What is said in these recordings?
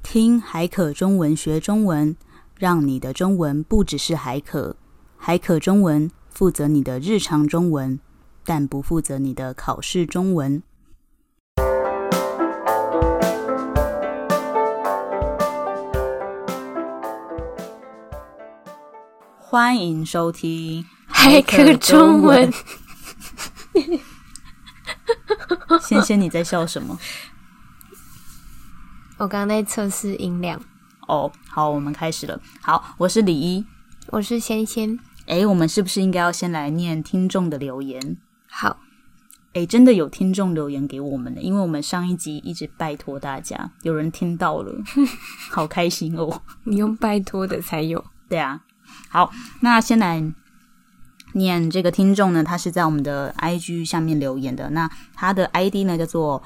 听海可中文学中文，让你的中文不只是海可。海可中文负责你的日常中文，但不负责你的考试中文。欢迎收听海可中文。 仙仙，你在笑什么？ 我刚刚在测试音量。 好，我们开始了。好，我是李一， 我是仙仙。 我们是不是应该要先来念听众的留言？ 好。 真的有听众留言给我们的，因为我们上一集一直拜托大家，有人听到了，好开心哦。 你用拜托的才有。 对啊。好，那先来念这个听众呢，他是在我们的 IG 下面留言的，那他的 ID 呢叫做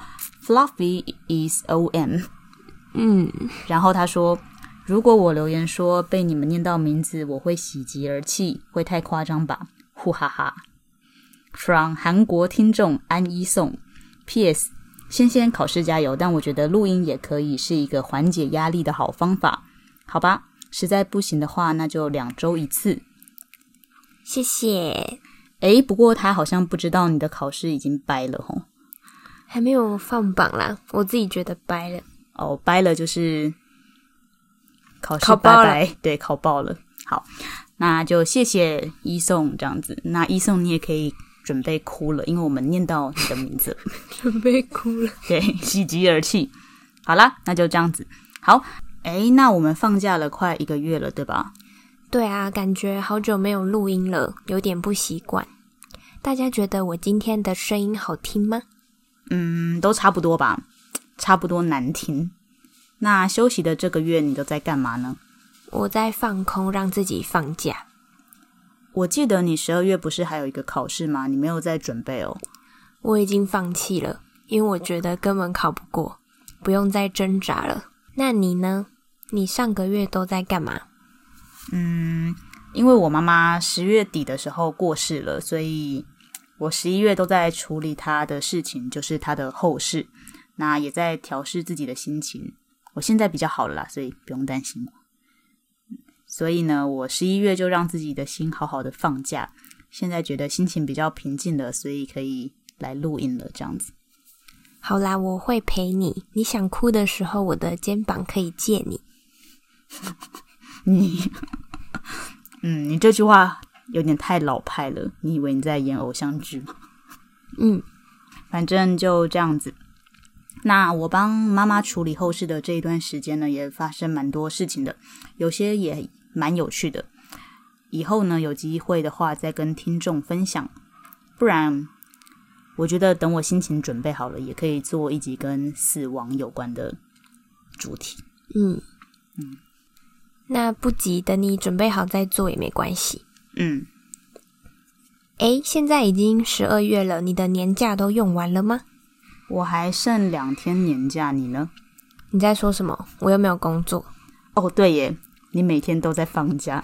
FluffyIsOM。然后他说，如果我留言说被你们念到名字我会喜极而泣，会太夸张吧，呼哈哈。From 韩国听众安一颂。 PS 仙仙考试加油，但我觉得录音也可以是一个缓解压力的好方法，好吧，实在不行的话那就2周一次。 谢谢。 不过他好像不知道你的考试已经掰了齁。 还没有放榜啦，我自己觉得掰了。 掰了就是考试考爆了。 拜拜，对，考爆了。好，那就谢谢一颂这样子。那一颂你也可以准备哭了，因为我们念到你的名字。 准备哭了。 对，喜极而泣。好啦，那就这样子。好，那我们放假了快1个月了，对吧？ 对啊，感觉好久没有录音了，有点不习惯。大家觉得我今天的声音好听吗？ 都差不多吧，差不多难听。那休息的这个月你都在干嘛呢？ 我在放空，让自己放假。 我记得你12月不是还有一个考试吗？你没有在准备哦。 我已经放弃了，因为我觉得根本考不过，不用再挣扎了。那你呢？你上个月都在干嘛？ 因为我妈妈10月底的时候过世了，所以我11月都在处理她的事情，就是她的后事，那也在调试自己的心情。我现在比较好了啦，所以不用担心我。所以呢，我11月就让自己的心好好的放假，现在觉得心情比较平静了，所以可以来录音了，这样子。 好啦，我会陪你，你想哭的时候我的肩膀可以借你。 你这句话有点太老派了，你以为你在演偶像剧吗？反正就这样子。那我帮妈妈处理后事的这一段时间呢，也发生蛮多事情的，有些也蛮有趣的。以后呢，有机会的话再跟听众分享，不然我觉得等我心情准备好了，也可以做一集跟死亡有关的主题。 那不急，等你准备好再做也没关系。现在已经12月了，你的年假都用完了吗？ 我还剩2天年假，你呢？ 你在说什么？我又没有工作。 对耶，你每天都在放假。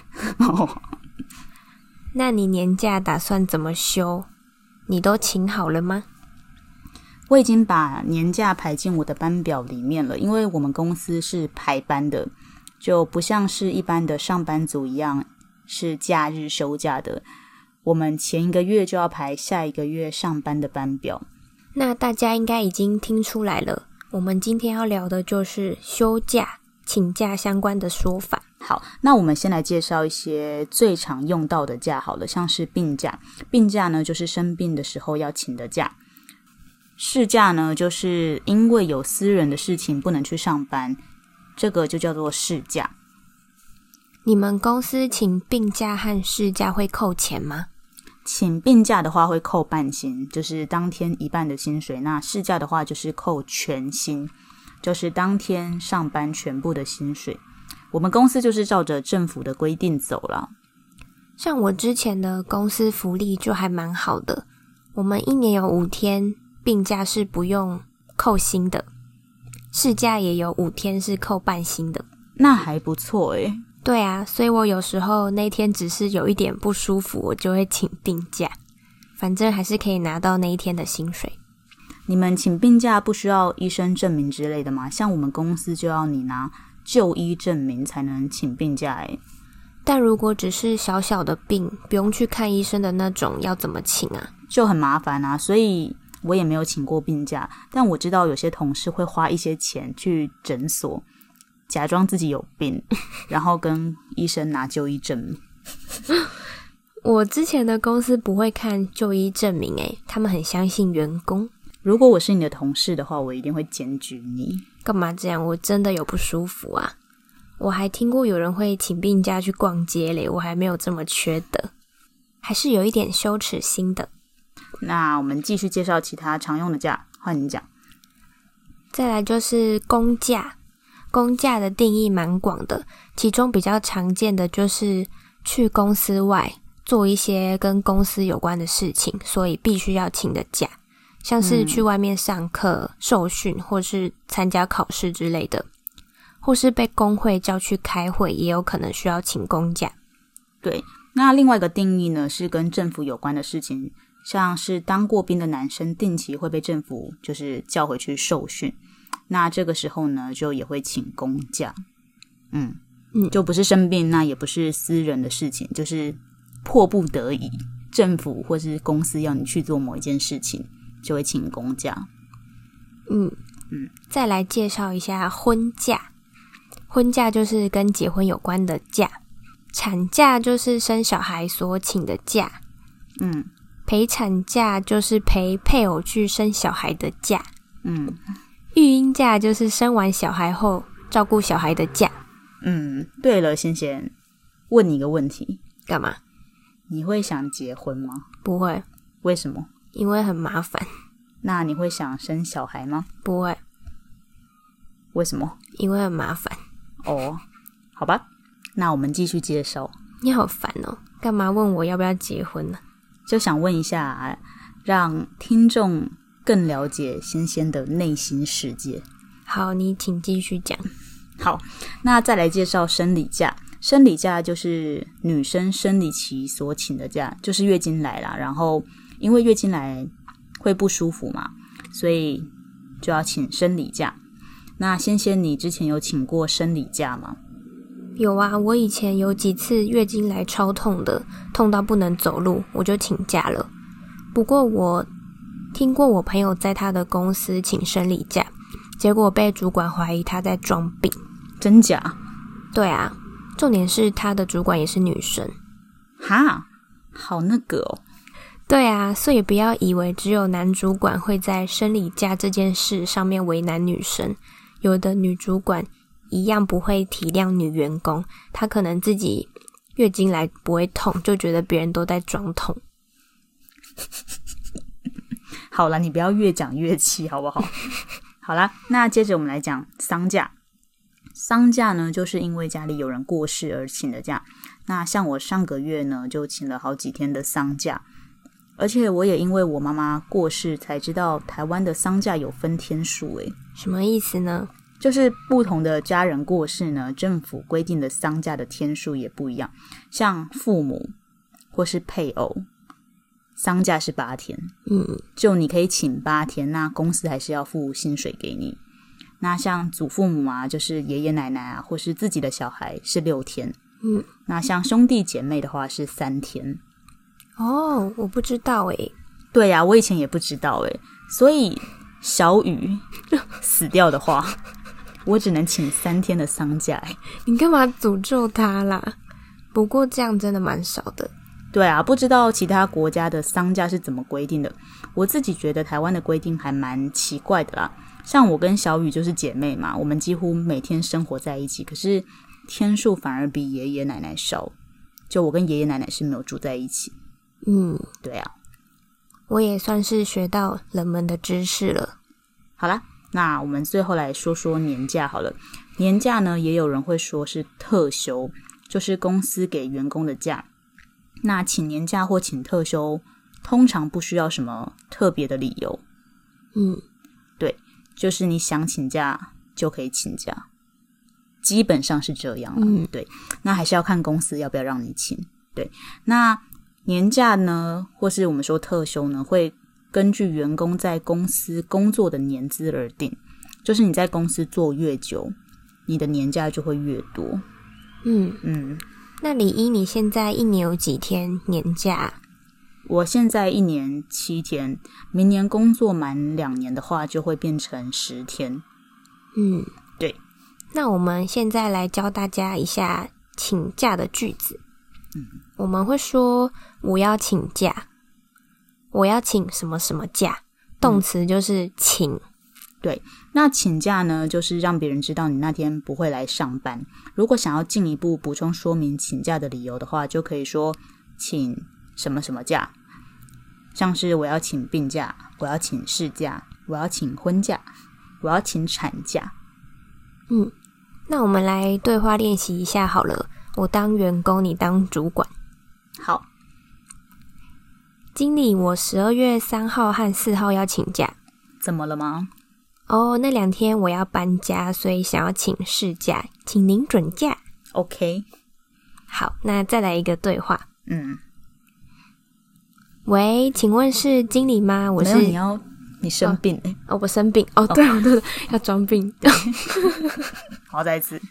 那你年假打算怎么休？你都请好了吗？ 我已经把年假排进我的班表里面了，因为我们公司是排班的，就不像是一般的上班族一样是假日休假的。我们前1个月就要排下1个月上班的班表。 那大家应该已经听出来了，我们今天要聊的就是休假、请假相关的说法。 好，那我们先来介绍一些最常用到的假好了，像是病假。病假呢，就是生病的时候要请的假。事假呢，就是因为有私人的事情不能去上班，这个就叫做事假。 你们公司请病假和事假会扣钱吗？ 请病假的话会扣半薪，就是当天1半的薪水。那事假的话就是扣全薪，就是当天上班全部的薪水。我们公司就是照着政府的规定走了。 像我之前的公司福利就还蛮好的，我们1年有5天病假是不用扣薪的，事假也有5天是扣半薪的。 那还不错耶。 对啊，所以我有时候那天只是有一点不舒服，我就会请病假，反正还是可以拿到那一天的薪水。 你们请病假不需要医生证明之类的吗？像我们公司就要你拿就医证明才能请病假欸。 但如果只是小小的病，不用去看医生的那种，要怎么请啊？ 就很麻烦啊，所以我也没有请过病假。但我知道有些同事会花一些钱去诊所假装自己有病，然后跟医生拿就医证明。 我之前的公司不会看就医证明他们很相信员工。 如果我是你的同事的话，我一定会检举你。 干嘛这样？我真的有不舒服啊。我还听过有人会请病假去逛街嘞，我还没有这么缺德，还是有一点羞耻心的。 那我们继续介绍其他常用的假，换你讲。 再来就是公假。公假的定义蛮广的，其中比较常见的就是去公司外做一些跟公司有关的事情，所以必须要请的假，像是去外面上课、受训或是参加考试之类的，或是被工会叫去开会，也有可能需要请公假。 对，那另外一个定义呢，是跟政府有关的事情，像是当过兵的男生定期会被政府就是叫回去受训，那这个时候呢就也会请公假。就不是生病，那也不是私人的事情，就是迫不得已政府或是公司要你去做某一件事情，就会请公假。 再来介绍一下婚假。婚假就是跟结婚有关的假，产假就是生小孩所请的假，陪产假就是陪配偶去生小孩的假，育婴假就是生完小孩后照顾小孩的假。 对了，贤贤，问你一个问题。 干嘛？ 你会想结婚吗？ 不会。 为什么？ 因为很麻烦。 那你会想生小孩吗？ 不会。 为什么？ 因为很麻烦。 哦，好吧，那我们继续介绍。 你好烦哦，干嘛问我要不要结婚呢？ 就想问一下，让听众更了解仙仙的内心世界。 好，你请继续讲。 好，那再来介绍生理假。生理假就是女生生理期所请的假，就是月经来啦，然后因为月经来会不舒服嘛，所以就要请生理假。那仙仙，你之前有请过生理假吗？ 有啊，我以前有几次月经来超痛的，痛到不能走路，我就请假了。不过我听过我朋友在他的公司请生理假，结果被主管怀疑他在装病。 真假？ 对啊，重点是他的主管也是女生。 哈，好那个哦。 对啊，所以不要以为只有男主管会在生理假这件事上面为难女生，有的女主管一样不会体谅女员工，她可能自己月经来不会痛，就觉得别人都在装痛。 好了，你不要越讲越气好不好？好啦，那接着我们来讲丧假。丧假呢，就是因为家里有人过世而请的假。那像我上个月呢，就请了好几天的丧假，而且我也因为我妈妈过世才知道台湾的丧假有分天数。 什么意思呢？ 就是不同的家人过世呢，政府规定的丧假的天数也不一样。像父母或是配偶，丧假是8天，就你可以请8天，那公司还是要付薪水给你。那像祖父母啊，就是爷爷奶奶啊，或是自己的小孩是6天，那像兄弟姐妹的话是3天。 哦，我不知道对呀，我以前也不知道所以小雨死掉的话，我只能请3天的丧假你干嘛诅咒他啦？不过这样真的蛮少的。 对啊，不知道其他国家的丧假是怎么规定的。我自己觉得台湾的规定还蛮奇怪的啦。像我跟小雨就是姐妹嘛，我们几乎每天生活在一起，可是天数反而比爷爷奶奶少。就我跟爷爷奶奶是没有住在一起。对啊， 我也算是学到冷门的知识了。 好啦，那我们最后来说说年假好了。年假呢，也有人会说是特休，就是公司给员工的假。那请年假或请特休，通常不需要什么特别的理由。对，就是你想请假就可以请假，基本上是这样对，那还是要看公司要不要让你请。对，那年假呢，或是我们说特休呢，会根据员工在公司工作的年资而定，就是你在公司做越久，你的年假就会越多。 那李一，你现在一年有几天年假？ 我现在1年7天，明年工作满2年的话，就会变成10天。对。 那我们现在来教大家一下请假的句子。我们会说我要请假，我要请什么什么假，动词就是请。 对，那请假呢，就是让别人知道你那天不会来上班。如果想要进一步补充说明请假的理由的话，就可以说请什么什么假，像是我要请病假，我要请事假，我要请婚假，我要请产假。 那我们来对话练习一下好了。我当员工，你当主管。 好。 经理，我12月3号和4号要请假。 怎么了吗？ 那2天我要搬家，所以想要请事假，请您准假。 OK。 好，那再来一个对话。喂，请问是经理吗？我是。 没有，你生病。 我生病。对了，要装病。 好，再一次。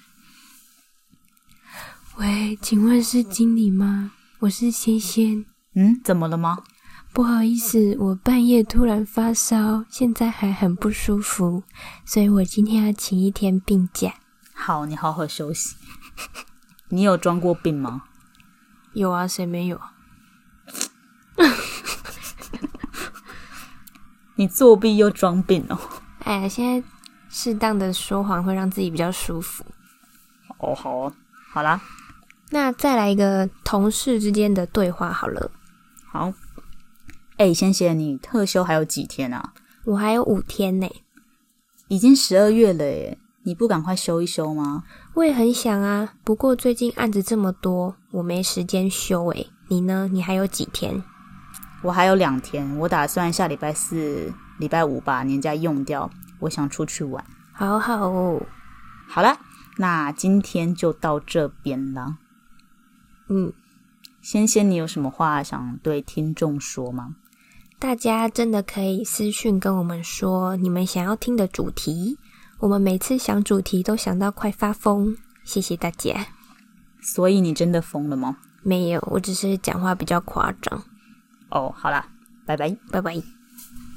喂，请问是经理吗？我是仙仙。 怎么了吗？ 不好意思，我半夜突然发烧，现在还很不舒服，所以我今天要请1天病假。 好，你好好休息。你有装过病吗？ 有啊，谁没有？ 你作弊又装病哦。 哎呀，现在适当的说谎会让自己比较舒服。 好哦，好啦。 那再来一个同事之间的对话好了。 好。仙仙，你特休还有几天啊？ 我还有5天呢。 已经12月了耶，你不赶快休一休吗？ 我也很想啊，不过最近案子这么多，我没时间休诶。你呢？你还有几天？ 我还有2天，我打算下礼拜4、礼拜5把年假用掉，我想出去玩。 好好哦。 好啦，那今天就到这边啦。仙仙，你有什么话想对听众说吗？ 大家真的可以私讯跟我们说你们想要听的主题，我们每次想主题都想到快发疯，谢谢大家。 所以你真的疯了吗？ 没有，我只是讲话比较夸张。 好啦，拜拜。 拜拜。